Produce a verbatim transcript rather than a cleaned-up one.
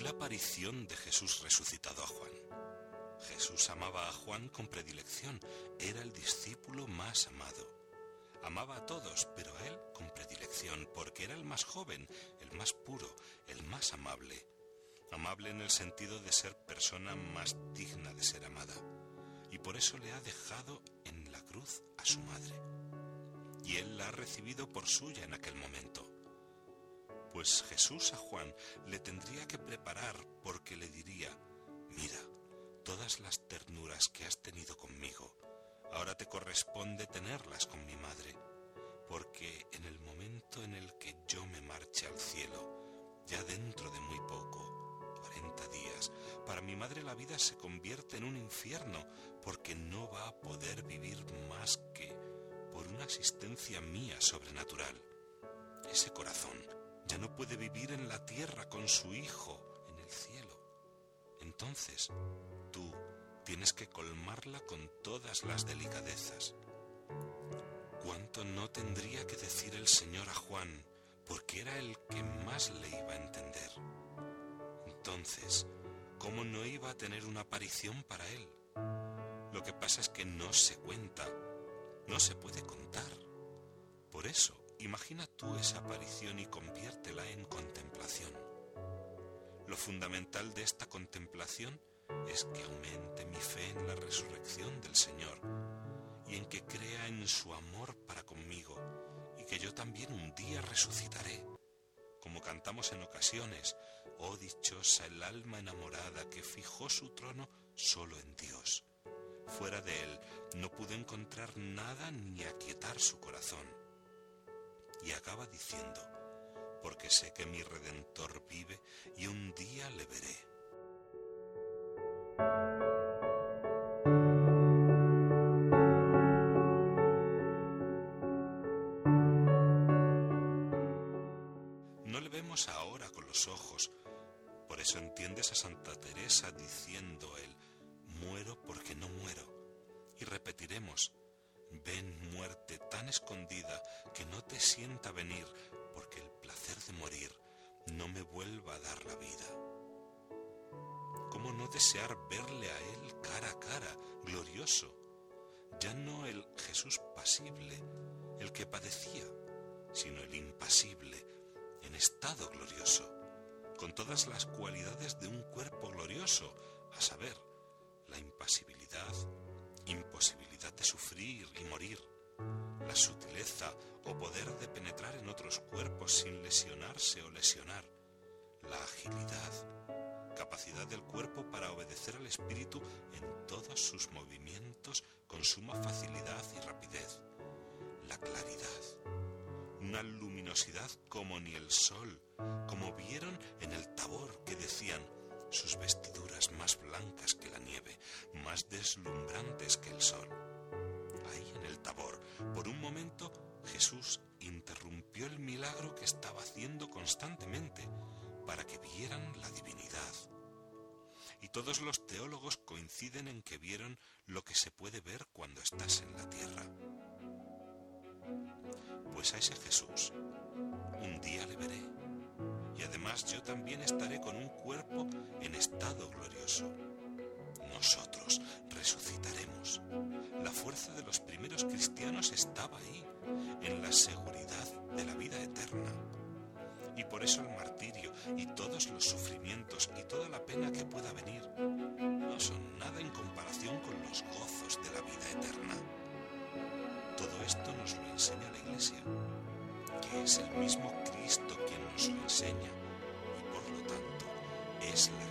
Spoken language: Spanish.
la aparición de Jesús resucitado a Juan. Jesús amaba a Juan con predilección, era el discípulo más amado. Amaba a todos, pero a él con predilección, porque era el más joven, el más puro, el más amable. Amable en el sentido de ser persona más digna de ser amada. Y por eso le ha dejado en la cruz a su madre. Y él la ha recibido por suya en aquel momento. Pues Jesús a Juan le tendría que preparar, porque le diría: mira, todas las ternuras que has tenido conmigo, ahora te corresponde tenerlas con mi madre, porque en el momento en el que yo me marche al cielo, ya dentro de muy poco, cuarenta días, para mi madre la vida se convierte en un infierno, porque no va a poder vivir más que por una existencia mía sobrenatural. Ese corazón ya no puede vivir en la tierra con su hijo en el cielo. Entonces, tú tienes que colmarla con todas las delicadezas. ¿Cuánto no tendría que decir el Señor a Juan, porque era el que más le iba a entender? Entonces, ¿cómo no iba a tener una aparición para él? Lo que pasa es que no se cuenta, no se puede contar. Por eso, imagina tú esa aparición y conviértela en contemplación. Lo fundamental de esta contemplación es que aumente mi fe en la resurrección del Señor y en que crea en su amor para conmigo y que yo también un día resucitaré. Como cantamos en ocasiones: oh dichosa el alma enamorada que fijó su trono solo en Dios. Fuera de él no pude encontrar nada ni aquietar su corazón. Y acaba diciendo: porque sé que mi Redentor vive y un día le veré. No le vemos ahora con los ojos, por eso entiendes a Santa Teresa diciendo él: muero porque no muero. Y repetiremos: ven, muerte tan escondida que no te sienta venir, porque el placer de morir no me vuelva a dar la vida. ¿Cómo no desear verle a él cara a cara, glorioso? Ya no el Jesús pasible, el que padecía, sino el impasible, en estado glorioso, con todas las cualidades de un cuerpo glorioso, a saber, la impasibilidad, imposibilidad de sufrir y morir, la sutileza o poder de penetrar en otros cuerpos sin lesionarse o lesionar, la agilidad, capacidad del cuerpo para obedecer al espíritu en todos sus movimientos con suma facilidad y rapidez, la claridad, una luminosidad como ni el sol, como vieron en el Tabor, que decían: sus vestiduras más blancas que la nieve, más deslumbrantes que el sol. Ahí en el Tabor, por un momento, Jesús interrumpió el milagro que estaba haciendo constantemente para que vieran la divinidad. Y todos los teólogos coinciden en que vieron lo que se puede ver cuando estás en la tierra. Pues a ese Jesús un día le veré, y además yo también estaré con un cuerpo en estado glorioso. Nosotros resucitaremos. La fuerza de los primeros cristianos estaba ahí, en la seguridad de la vida eterna. Y por eso el martirio y todos los sufrimientos y toda la pena que pueda venir no son nada en comparación con los gozos de la vida eterna. Todo esto nos lo enseña la Iglesia, que es el mismo Cristo quien nos lo enseña y por lo tanto es la